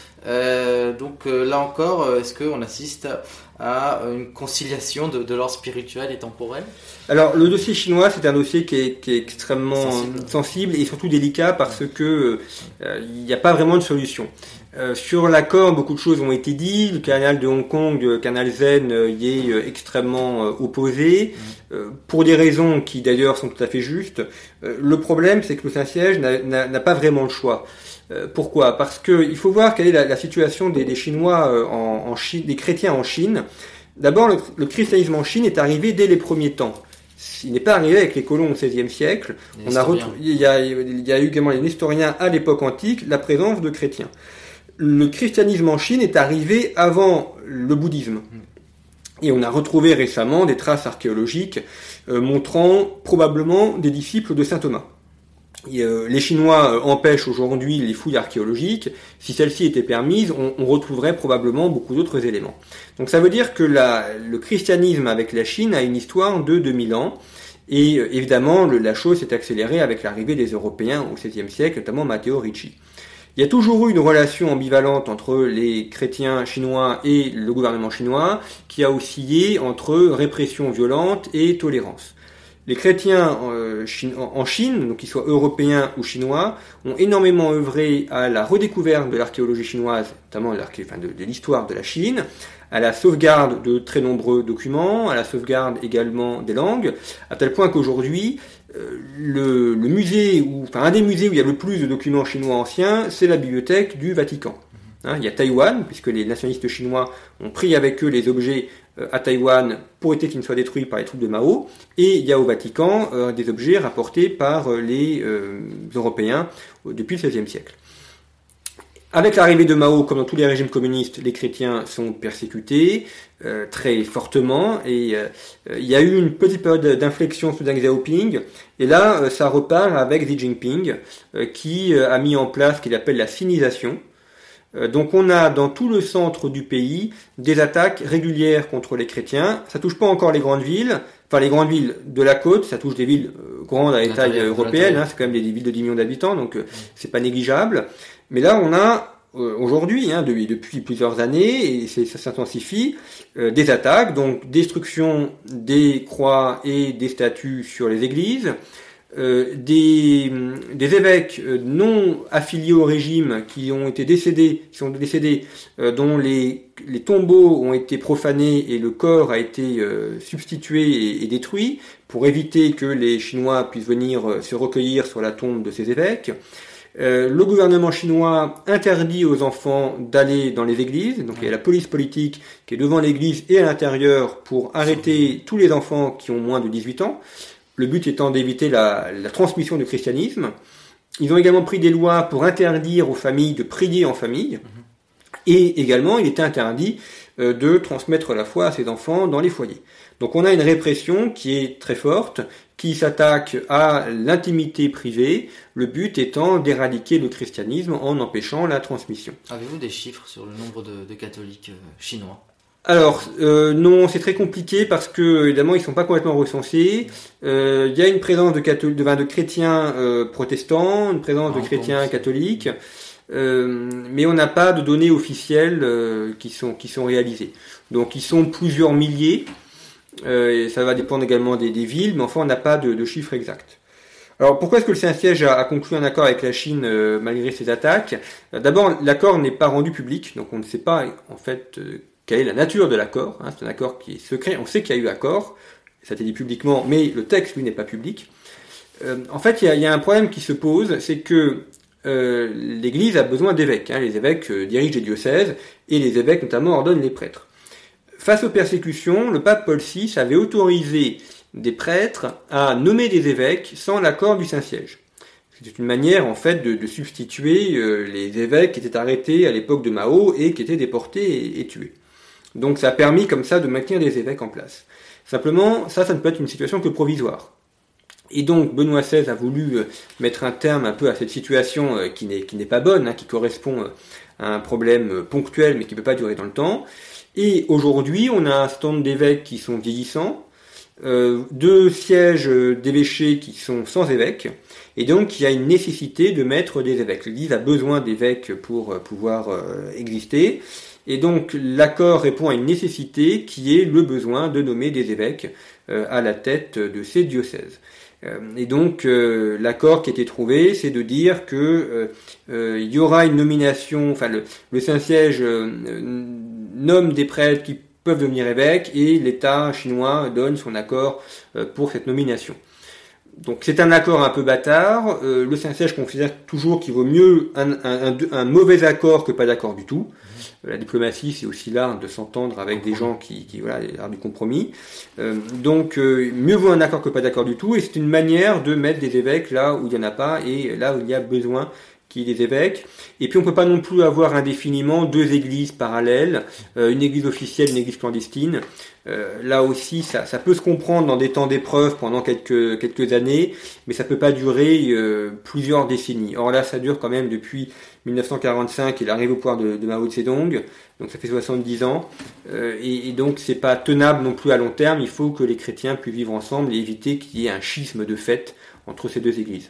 Euh, donc euh, là encore, est-ce qu'on assiste à, à une conciliation de, de l'ordre spirituel et temporel ? Alors le dossier chinois, c'est un dossier qui est, qui est extrêmement sensible. sensible et surtout délicat parce que euh, il n'y a pas vraiment de solution. Euh, sur l'accord, beaucoup de choses ont été dites. Le canal de Hong Kong, le canal Zen, euh, y est euh, extrêmement euh, opposé, euh, pour des raisons qui d'ailleurs sont tout à fait justes. Euh, le problème, c'est que le Saint-Siège n'a, n'a, n'a pas vraiment le choix. Euh, pourquoi ? Parce que il faut voir quelle est la, la situation des, des Chinois euh, en, en Chine, des chrétiens en Chine. D'abord, le, le christianisme en Chine est arrivé dès les premiers temps. Il n'est pas arrivé avec les colons au seizième siècle. On a retrouvé, il, y a, il y a eu également les nestoriens à l'époque antique, la présence de chrétiens. Le christianisme en Chine est arrivé avant le bouddhisme. Et on a retrouvé récemment des traces archéologiques euh, montrant probablement des disciples de saint Thomas. Et, euh, les Chinois euh, empêchent aujourd'hui les fouilles archéologiques. Si celles-ci étaient permises, on, on retrouverait probablement beaucoup d'autres éléments. Donc ça veut dire que la, le christianisme avec la Chine a une histoire de deux mille ans. Et euh, évidemment, le, la chose s'est accélérée avec l'arrivée des Européens au seizième siècle, notamment Matteo Ricci. Il y a toujours eu une relation ambivalente entre les chrétiens chinois et le gouvernement chinois, qui a oscillé entre répression violente et tolérance. Les chrétiens en Chine, donc qu'ils soient européens ou chinois, ont énormément œuvré à la redécouverte de l'archéologie chinoise, notamment de, enfin de, de l'histoire de la Chine, à la sauvegarde de très nombreux documents, à la sauvegarde également des langues, à tel point qu'aujourd'hui, le, le musée, ou, enfin un des musées où il y a le plus de documents chinois anciens, c'est la bibliothèque du Vatican. Hein, il y a Taïwan, puisque les nationalistes chinois ont pris avec eux les objets à Taïwan pour éviter qu'ils ne soient détruits par les troupes de Mao, et il y a au Vatican euh, des objets rapportés par euh, les euh, Européens euh, depuis le seizième siècle. Avec l'arrivée de Mao, comme dans tous les régimes communistes, les chrétiens sont persécutés euh, très fortement, et euh, il y a eu une petite période d'inflexion sous Deng Xiaoping, et là euh, ça repart avec Xi Jinping, euh, qui euh, a mis en place ce qu'il appelle la sinisation. Donc on a dans tout le centre du pays des attaques régulières contre les chrétiens. Ça touche pas encore les grandes villes, enfin les grandes villes de la côte, ça touche des villes grandes à taille européenne, hein, c'est quand même des villes de dix millions d'habitants, donc c'est pas négligeable. Mais là on a euh, aujourd'hui, hein, depuis, depuis plusieurs années, et c'est, ça s'intensifie, euh, des attaques, donc destruction des croix et des statues sur les églises, Euh, des, des évêques euh, non affiliés au régime qui ont été décédés, qui sont décédés, euh, dont les, les tombeaux ont été profanés et le corps a été euh, substitué et, et détruit pour éviter que les Chinois puissent venir euh, se recueillir sur la tombe de ces évêques. Euh, le gouvernement chinois interdit aux enfants d'aller dans les églises, donc il y a la police politique qui est devant l'église et à l'intérieur pour arrêter tous les enfants qui ont moins de dix-huit ans. Le but étant d'éviter la, la transmission du christianisme. Ils ont également pris des lois pour interdire aux familles de prier en famille. Et également, il était interdit euh, de transmettre la foi à ses enfants dans les foyers. Donc on a une répression qui est très forte, qui s'attaque à l'intimité privée, le but étant d'éradiquer le christianisme en empêchant la transmission. Avez-vous des chiffres sur le nombre de, de catholiques euh, chinois ? Alors, euh, non, c'est très compliqué parce que, évidemment, ils sont pas complètement recensés. Euh, il y a une présence de, cathol- de, de chrétiens euh, protestants, une présence ah, de chrétiens bon, catholiques, euh, mais on n'a pas de données officielles euh, qui sont qui sont réalisées. Donc, ils sont plusieurs milliers, euh, et ça va dépendre également des, des villes, mais enfin, on n'a pas de, de chiffres exacts. Alors, pourquoi est-ce que le Saint-Siège a, a conclu un accord avec la Chine euh, malgré ces attaques ? D'abord, l'accord n'est pas rendu public, donc on ne sait pas, en fait... Euh, quelle est la nature de l'accord, hein, c'est un accord qui est secret, on sait qu'il y a eu accord, ça a été dit publiquement, mais le texte, lui, n'est pas public. Euh, en fait, il y, a, il y a un problème qui se pose, c'est que euh, l'Église a besoin d'évêques, hein, les évêques euh, dirigent les diocèses, et les évêques, notamment, ordonnent les prêtres. Face aux persécutions, le pape Paul six avait autorisé des prêtres à nommer des évêques sans l'accord du Saint-Siège. C'est une manière, en fait, de, de substituer euh, les évêques qui étaient arrêtés à l'époque de Mao et qui étaient déportés et, et tués. Donc ça a permis comme ça de maintenir des évêques en place. Simplement, ça, ça ne peut être une situation que provisoire. Et donc Benoît seize a voulu mettre un terme un peu à cette situation qui n'est, qui n'est pas bonne, hein, qui correspond à un problème ponctuel mais qui ne peut pas durer dans le temps. Et aujourd'hui, on a un certain nombre d'évêques qui sont vieillissants, euh, deux sièges d'évêchés qui sont sans évêques, et donc il y a une nécessité de mettre des évêques. L'Église a besoin d'évêques pour pouvoir euh, exister. Et donc l'accord répond à une nécessité qui est le besoin de nommer des évêques euh, à la tête de ces diocèses. Euh, et donc euh, l'accord qui a été trouvé, c'est de dire que euh, euh, il y aura une nomination, enfin le, le Saint-Siège euh, nomme des prêtres qui peuvent devenir évêques et l'État chinois donne son accord euh, pour cette nomination. Donc c'est un accord un peu bâtard. Euh, le Saint-Siège considère toujours qu'il vaut mieux un, un, un, un mauvais accord que pas d'accord du tout. Euh, la diplomatie, c'est aussi l'art de s'entendre avec des gens qui, qui voilà, l'art du compromis. Euh, donc euh, mieux vaut un accord que pas d'accord du tout. Et c'est une manière de mettre des évêques là où il y en a pas et là où il y a besoin qu'il y ait des évêques. Et puis on peut pas non plus avoir indéfiniment deux églises parallèles, euh, une église officielle, une église clandestine. Euh, là aussi, ça, ça peut se comprendre dans des temps d'épreuve pendant quelques quelques années, mais ça peut pas durer euh, plusieurs décennies. Or là, ça dure quand même depuis dix-neuf cent quarante-cinq et l'arrivée au pouvoir de, de Mao Tse-tung, donc ça fait soixante-dix ans, euh, et, et donc c'est pas tenable non plus à long terme. Il faut que les chrétiens puissent vivre ensemble et éviter qu'il y ait un schisme de fait entre ces deux églises.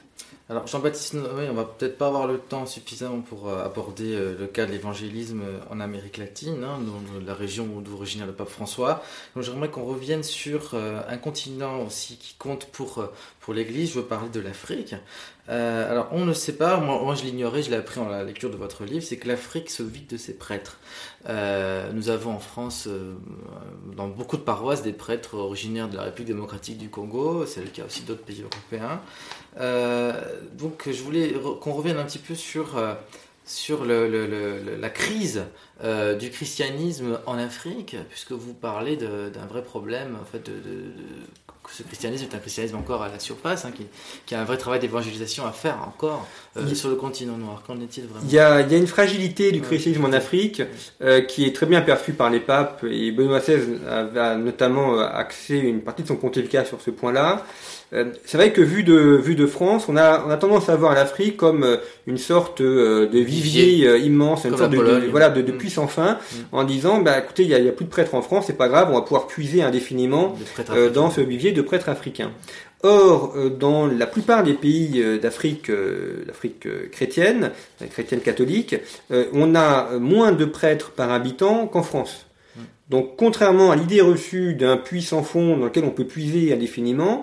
Alors Jean-Baptiste, oui, on va peut-être pas avoir le temps suffisant pour euh, aborder euh, le cas de l'évangélisme en Amérique latine, hein, dans la région d'où originaire le pape François. Donc j'aimerais qu'on revienne sur euh, un continent aussi qui compte pour, euh, pour l'Église. Je veux parler de l'Afrique. Euh, alors on ne sait pas, moi, moi je l'ignorais, je l'ai appris en la lecture de votre livre, c'est que l'Afrique se vide de ses prêtres. Euh, nous avons en France, euh, dans beaucoup de paroisses, des prêtres originaires de la République démocratique du Congo, c'est le cas aussi d'autres pays européens. Euh, donc je voulais re- qu'on revienne un petit peu sur, euh, sur le, le, le, la crise euh, du christianisme en Afrique, puisque vous parlez de, d'un vrai problème, en fait, de, de, de, que ce christianisme est un christianisme encore à la surface, hein, qui, qui a un vrai travail d'évangélisation à faire encore euh, il, sur le continent noir. Qu'en est-il vraiment ? Il y a, il y a une fragilité du christianisme en Afrique euh, qui est très bien perçue par les papes, et Benoît seize a, a notamment axé une partie de son pontificat sur ce point-là. Euh, c'est vrai que vu de, vu de France, on a, on a tendance à voir l'Afrique comme euh, une sorte euh, de vivier euh, immense, une sorte de, de, voilà, de, de puits sans fin, mmh. en disant, bah, écoutez, il y a, il y a plus de prêtres en France, c'est pas grave, on va pouvoir puiser indéniquement euh, dans ce vivier de prêtres africains. Or, euh, dans la plupart des pays euh, d'Afrique, euh, d'Afrique euh, chrétienne, euh, chrétienne catholique, euh, on a moins de prêtres par habitant qu'en France. Mmh. Donc, contrairement à l'idée reçue d'un puits sans fond dans lequel on peut puiser indéfiniment,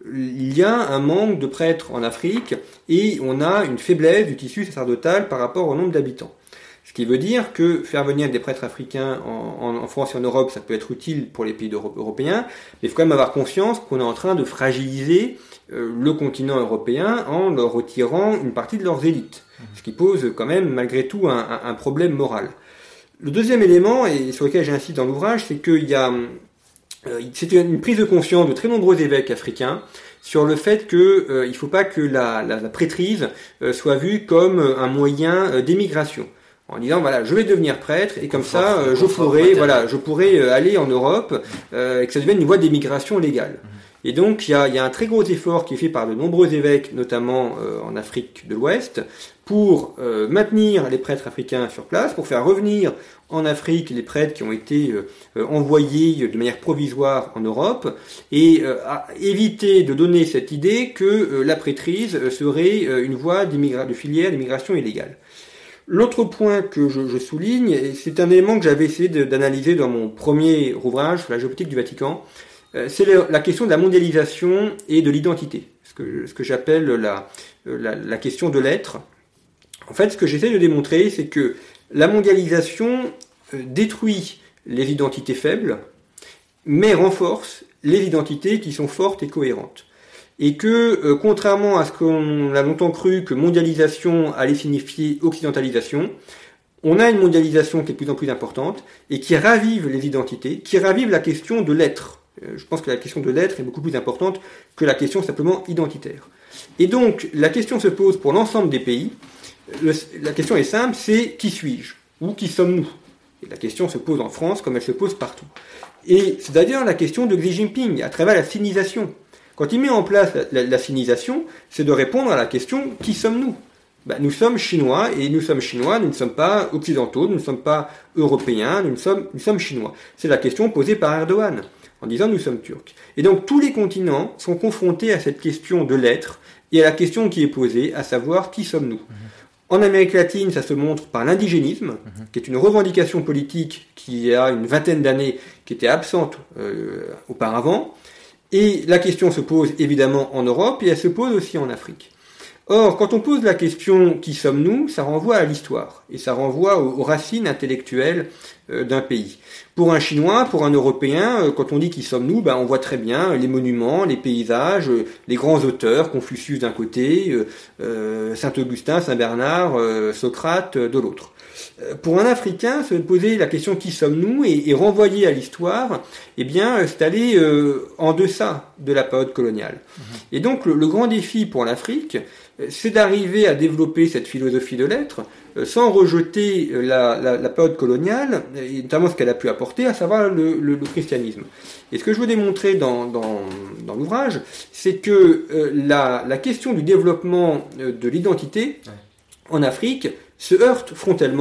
il y a un manque de prêtres en Afrique et on a une faiblesse du tissu sacerdotal par rapport au nombre d'habitants. Ce qui veut dire que faire venir des prêtres africains en, en, en France et en Europe, ça peut être utile pour les pays européens, mais il faut quand même avoir conscience qu'on est en train de fragiliser euh, le continent européen en leur retirant une partie de leurs élites, ce qui pose quand même malgré tout un, un, un problème moral. Le deuxième élément, et sur lequel j'insiste dans l'ouvrage, c'est qu'il y a... Euh, c'est une prise de conscience de très nombreux évêques africains sur le fait qu'il euh, ne faut pas que la, la, la prêtrise euh, soit vue comme un moyen euh, d'émigration. En disant voilà, je vais devenir prêtre et comme confort, ça, euh, je pourrais, voilà, je pourrais euh, aller en Europe euh, et que ça devienne une voie d'émigration légale. Mmh. Et donc il y a, il y a un très gros effort qui est fait par de nombreux évêques, notamment euh, en Afrique de l'Ouest, pour euh, maintenir les prêtres africains sur place, pour faire revenir en Afrique les prêtres qui ont été euh, envoyés de manière provisoire en Europe, et euh, à éviter de donner cette idée que euh, la prêtrise serait euh, une voie de filière d'immigration illégale. L'autre point que je, je souligne, et c'est un élément que j'avais essayé de, d'analyser dans mon premier ouvrage sur la géopolitique du Vatican, euh, c'est le, la question de la mondialisation et de l'identité, ce que, ce que j'appelle la, la, la question de l'être. En fait, ce que j'essaie de démontrer, c'est que la mondialisation euh, détruit les identités faibles, mais renforce les identités qui sont fortes et cohérentes. Et que, euh, contrairement à ce qu'on a longtemps cru que mondialisation allait signifier occidentalisation, on a une mondialisation qui est de plus en plus importante et qui ravive les identités, qui ravive la question de l'être. Euh, je pense que la question de l'être est beaucoup plus importante que la question simplement identitaire. Et donc, la question se pose pour l'ensemble des pays. Le, la question est simple, c'est qui suis-je ? Ou qui sommes-nous ? Et la question se pose en France comme elle se pose partout. Et c'est d'ailleurs la question de Xi Jinping, à travers la sinisation. Quand il met en place la, la, la sinisation, c'est de répondre à la question « qui sommes-nous » ? Ben, nous sommes chinois, et nous sommes chinois, nous ne sommes pas occidentaux, nous ne sommes pas européens, nous sommes, nous sommes chinois. C'est la question posée par Erdogan, en disant « nous sommes turcs ». Et donc tous les continents sont confrontés à cette question de l'être, et à la question qui est posée, à savoir « qui sommes-nous » ? En Amérique latine, ça se montre par l'indigénisme, mmh. qui est une revendication politique qui a une vingtaine d'années, qui était absente euh, auparavant. Et la question se pose évidemment en Europe, et elle se pose aussi en Afrique. Or, quand on pose la question « qui sommes-nous ?», ça renvoie à l'histoire, et ça renvoie aux, aux racines intellectuelles euh, d'un pays. Pour un Chinois, pour un Européen, euh, quand on dit « qui sommes-nous ?», ben, on voit très bien les monuments, les paysages, euh, les grands auteurs, Confucius d'un côté, euh, euh, Saint-Augustin, Saint-Bernard, euh, Socrate euh, de l'autre. Euh, pour un Africain, se poser la question « qui sommes-nous ?» et, et renvoyer à l'histoire, eh bien, c'est aller euh, en deçà de la période coloniale. Mmh. Et donc, le, le grand défi pour l'Afrique, c'est d'arriver à développer cette philosophie de l'être sans rejeter la, la, la période coloniale, et notamment ce qu'elle a pu apporter, à savoir le, le, le christianisme. Et ce que je veux démontrer dans, dans, dans l'ouvrage, c'est que euh, la, la question du développement de l'identité en Afrique se heurte frontalement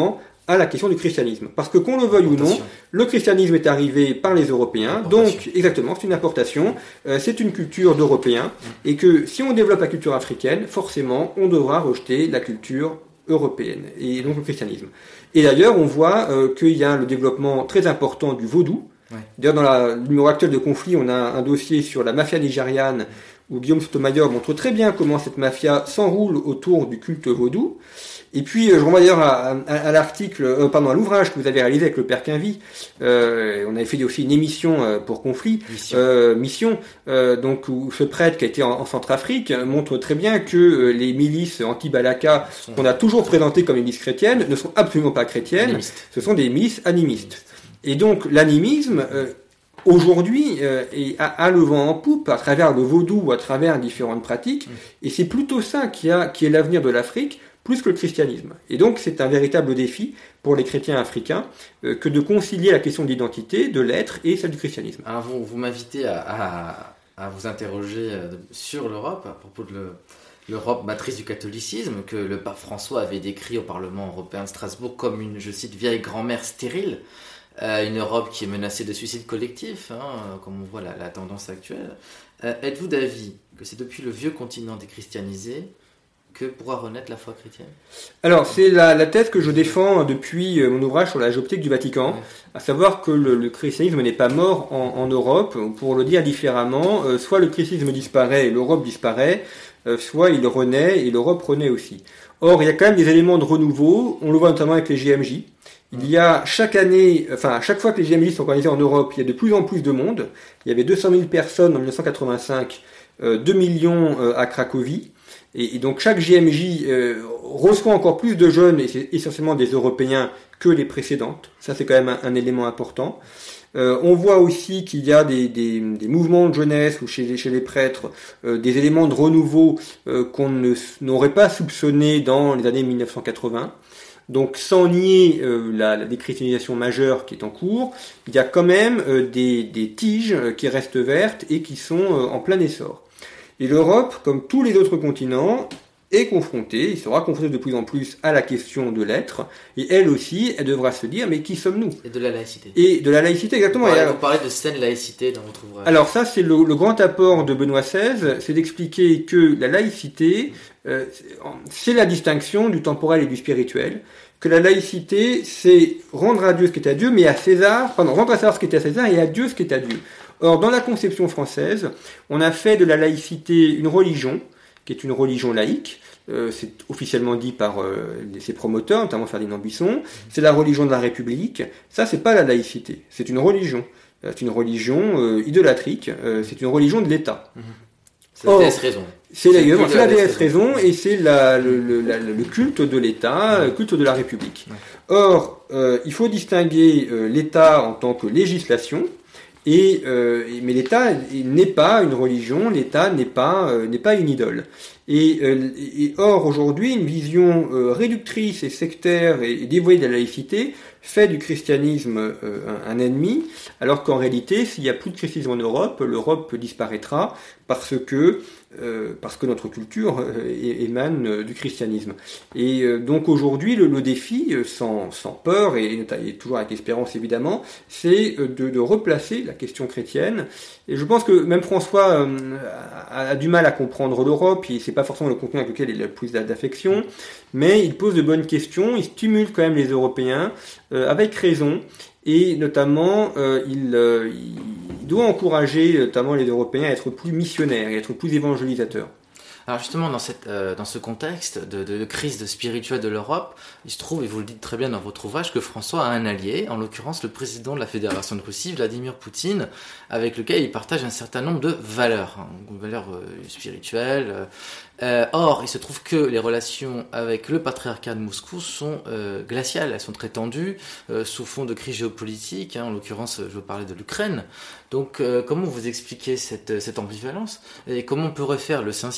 à la question du christianisme. Parce que qu'on le veuille ou non, le christianisme est arrivé par les Européens, donc exactement, c'est une importation, euh, c'est une culture d'Européens, mmh. et que si on développe la culture africaine, forcément, on devra rejeter la culture européenne, et donc le christianisme. Et d'ailleurs, on voit euh, qu'il y a le développement très important du vaudou. Ouais. D'ailleurs, dans la, le numéro actuel de Conflit, on a un dossier sur la mafia nigériane, où Guillaume Sotomayor montre très bien comment cette mafia s'enroule autour du culte vaudou. Et puis, je renvoie d'ailleurs à, à, à l'article, euh, pardon, à l'ouvrage que vous avez réalisé avec le Père Quinvy. Euh, on avait fait aussi une émission euh, pour Conflit, Mission, euh, mission euh, donc où ce prêtre qui a été en, en Centrafrique montre très bien que euh, les milices anti-Balaka qu'on a toujours présentées comme des milices chrétiennes ne sont absolument pas chrétiennes. Animiste. Ce sont des milices animistes. Et donc, l'animisme euh, aujourd'hui euh, est, a, a le vent en poupe à travers le vaudou ou à travers différentes pratiques. Mmh. Et c'est plutôt ça qui, a, qui est l'avenir de l'Afrique, plus que le christianisme. Et donc, c'est un véritable défi pour les chrétiens africains euh, que de concilier la question de l'identité, de l'être et celle du christianisme. Alors, vous, vous m'invitez à, à, à vous interroger sur l'Europe, à propos de le, l'Europe matrice du catholicisme, que le pape François avait décrit au Parlement européen de Strasbourg comme une, je cite, vieille grand-mère stérile, euh, une Europe qui est menacée de suicide collectif, hein, comme on voit la, la tendance actuelle. Euh, êtes-vous d'avis que c'est depuis le vieux continent déchristianisé que pourra renaître la foi chrétienne? Alors, c'est la, la thèse que je défends depuis mon ouvrage sur la géopolitique du Vatican, ouais. à savoir que le, le christianisme n'est pas mort en, en Europe. Pour le dire différemment, euh, soit le christianisme disparaît et l'Europe disparaît, euh, soit il renaît et l'Europe renaît aussi. Or, il y a quand même des éléments de renouveau, on le voit notamment avec les J M J. Il y a chaque année, enfin à chaque fois que les J M J sont organisés en Europe, il y a de plus en plus de monde. Il y avait deux cent mille personnes en dix-neuf cent quatre-vingt-cinq, euh, deux millions euh, à Cracovie. Et, et donc chaque J M J euh, reçoit encore plus de jeunes, et c'est essentiellement des Européens, que les précédentes. Ça, c'est quand même un, un élément important. Euh, on voit aussi qu'il y a des, des, des mouvements de jeunesse ou chez, chez les prêtres, euh, des éléments de renouveau euh, qu'on ne, n'aurait pas soupçonnés dans les années dix-neuf cent quatre-vingts. Donc, sans nier euh, la, la déchristianisation majeure qui est en cours, il y a quand même euh, des, des tiges qui restent vertes et qui sont euh, en plein essor. Et l'Europe, comme tous les autres continents, est confrontée, il sera confrontée de plus en plus à la question de l'être, et elle aussi, elle devra se dire, mais qui sommes-nous? Et de la laïcité. Et de la laïcité, exactement. Vous parlez, vous parlez de saine laïcité dans votre ouvrage. Alors ça, c'est le, le grand apport de Benoît seize, c'est d'expliquer que la laïcité, euh, c'est la distinction du temporel et du spirituel, que la laïcité, c'est rendre à Dieu ce qui est à Dieu, mais à César, pardon, rendre à César ce qui est à César et à Dieu ce qui est à Dieu. Or, dans la conception française, on a fait de la laïcité une religion, qui est une religion laïque, euh, c'est officiellement dit par euh, ses promoteurs, notamment Ferdinand Buisson, c'est la religion de la République. Ça, c'est pas la laïcité, c'est une religion. C'est une religion euh, idolâtrique, euh, c'est une religion de l'État. Mmh. C'est la déesse raison. C'est, c'est, c'est la déesse raison, et c'est la, le, le, la, le culte de l'État, mmh. le culte de la République. Mmh. Or, euh, il faut distinguer euh, l'État en tant que législation, Et, euh, mais l'État n'est pas une religion, l'État n'est pas euh, n'est pas une idole. Et, euh, et or aujourd'hui, une vision euh, réductrice et sectaire et, et dévoyée de la laïcité fait du christianisme euh, un, un ennemi, alors qu'en réalité, s'il n'y a plus de christianisme en Europe, l'Europe disparaîtra parce que euh, parce que notre culture euh, émane du christianisme. Et euh, donc aujourd'hui, le, le défi, sans sans peur et, et toujours avec espérance évidemment, c'est de, de replacer la question chrétienne. Et je pense que même François euh, a, a du mal à comprendre l'Europe, et c'est pas forcément le contenu avec lequel il a le plus d'affection, mais il pose de bonnes questions, il stimule quand même les Européens, euh, avec raison, et notamment euh, il, euh, il doit encourager notamment les Européens à être plus missionnaires et à être plus évangélisateurs. Alors justement, dans, cette, euh, dans ce contexte de, de, de crise spirituelle de l'Europe, il se trouve, et vous le dites très bien dans votre ouvrage, que François a un allié, en l'occurrence le président de la Fédération de Russie, Vladimir Poutine, avec lequel il partage un certain nombre de valeurs, hein, valeurs euh, spirituelles. Euh, or, il se trouve que les relations avec le patriarcat de Moscou sont euh, glaciales, elles sont très tendues, euh, sous fond de crise géopolitique, hein, en l'occurrence, je veux parler de l'Ukraine. Donc, euh, comment vous expliquez cette, cette ambivalence, et comment on peut refaire le Saint-Siège pour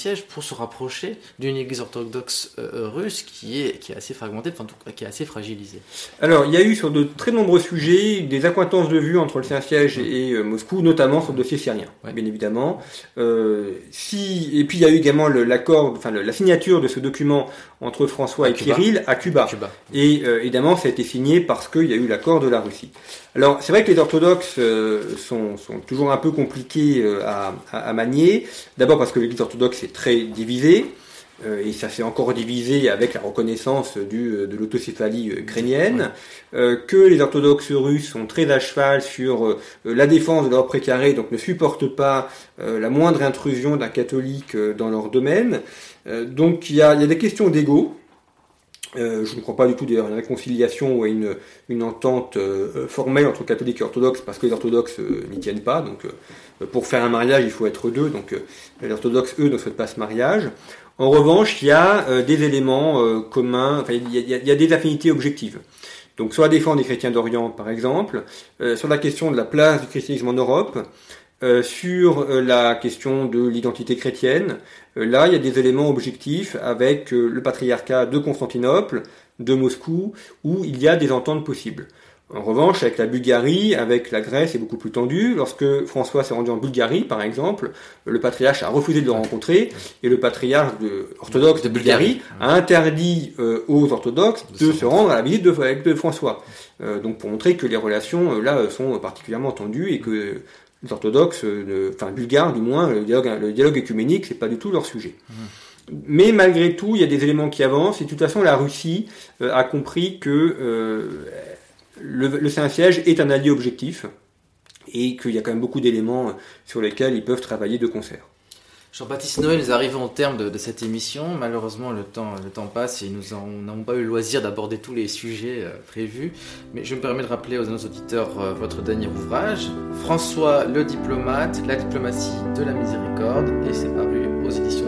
pour se rapprocher d'une église orthodoxe euh, russe qui est, qui est assez fragmentée, enfin, qui est assez fragilisée. Alors, il y a eu sur de très nombreux sujets des accointances de vue entre le Saint-Siège et, et euh, Moscou, notamment sur le dossier syrien, ouais. bien évidemment. Euh, si, et puis il y a eu également le, l'accord, enfin le, la signature de ce document entre François à et Cuba. Kirill à Cuba. À Cuba. Et euh, évidemment, ça a été signé parce qu'il y a eu l'accord de la Russie. Alors, c'est vrai que les orthodoxes euh, sont, sont toujours un peu compliqués euh, à, à, à manier. D'abord parce que l'Église orthodoxe est très divisée, euh, et ça s'est encore divisé avec la reconnaissance du, de l'autocéphalie ukrainienne, euh, que les orthodoxes russes sont très à cheval sur euh, la défense de leur précaré, donc ne supportent pas euh, la moindre intrusion d'un catholique euh, dans leur domaine. Euh, donc il y a, il y a des questions d'ego. Euh, je ne crois pas du tout d'ailleurs à une réconciliation ou à une, une entente euh, formelle entre catholiques et orthodoxes, parce que les orthodoxes euh, n'y tiennent pas. Donc, euh, pour faire un mariage, il faut être deux. Donc, euh, les orthodoxes, eux, ne souhaitent pas ce mariage. En revanche, il y a euh, des éléments euh, communs, enfin, il y a, il y a, il y a des affinités objectives. Donc, sur la défense des chrétiens d'Orient, par exemple, euh, sur la question de la place du christianisme en Europe, Euh, sur euh, la question de l'identité chrétienne, euh, là il y a des éléments objectifs avec euh, le patriarcat de Constantinople, de Moscou, où il y a des ententes possibles. En revanche, avec la Bulgarie, avec la Grèce, c'est beaucoup plus tendu. Lorsque François s'est rendu en Bulgarie, par exemple, le patriarche a refusé de le rencontrer, et le patriarche de, orthodoxe de Bulgarie a interdit euh, aux orthodoxes de se rendre à la visite de, de François. Euh, donc pour montrer que les relations euh, là sont particulièrement tendues et que les orthodoxes, euh, enfin bulgares du moins, le dialogue, le dialogue écuménique, c'est pas du tout leur sujet. Mmh. Mais malgré tout, il y a des éléments qui avancent, et de toute façon, la Russie euh, a compris que euh, le, le Saint-Siège est un allié objectif, et qu'il y a quand même beaucoup d'éléments sur lesquels ils peuvent travailler de concert. Jean-Baptiste Noé, nous arrivons au terme de, de cette émission. Malheureusement, le temps, le temps passe et nous n'avons pas eu le loisir d'aborder tous les sujets euh, prévus. Mais je me permets de rappeler aux nos auditeurs euh, votre dernier ouvrage, François le diplomate, la diplomatie de la miséricorde, et c'est paru aux éditions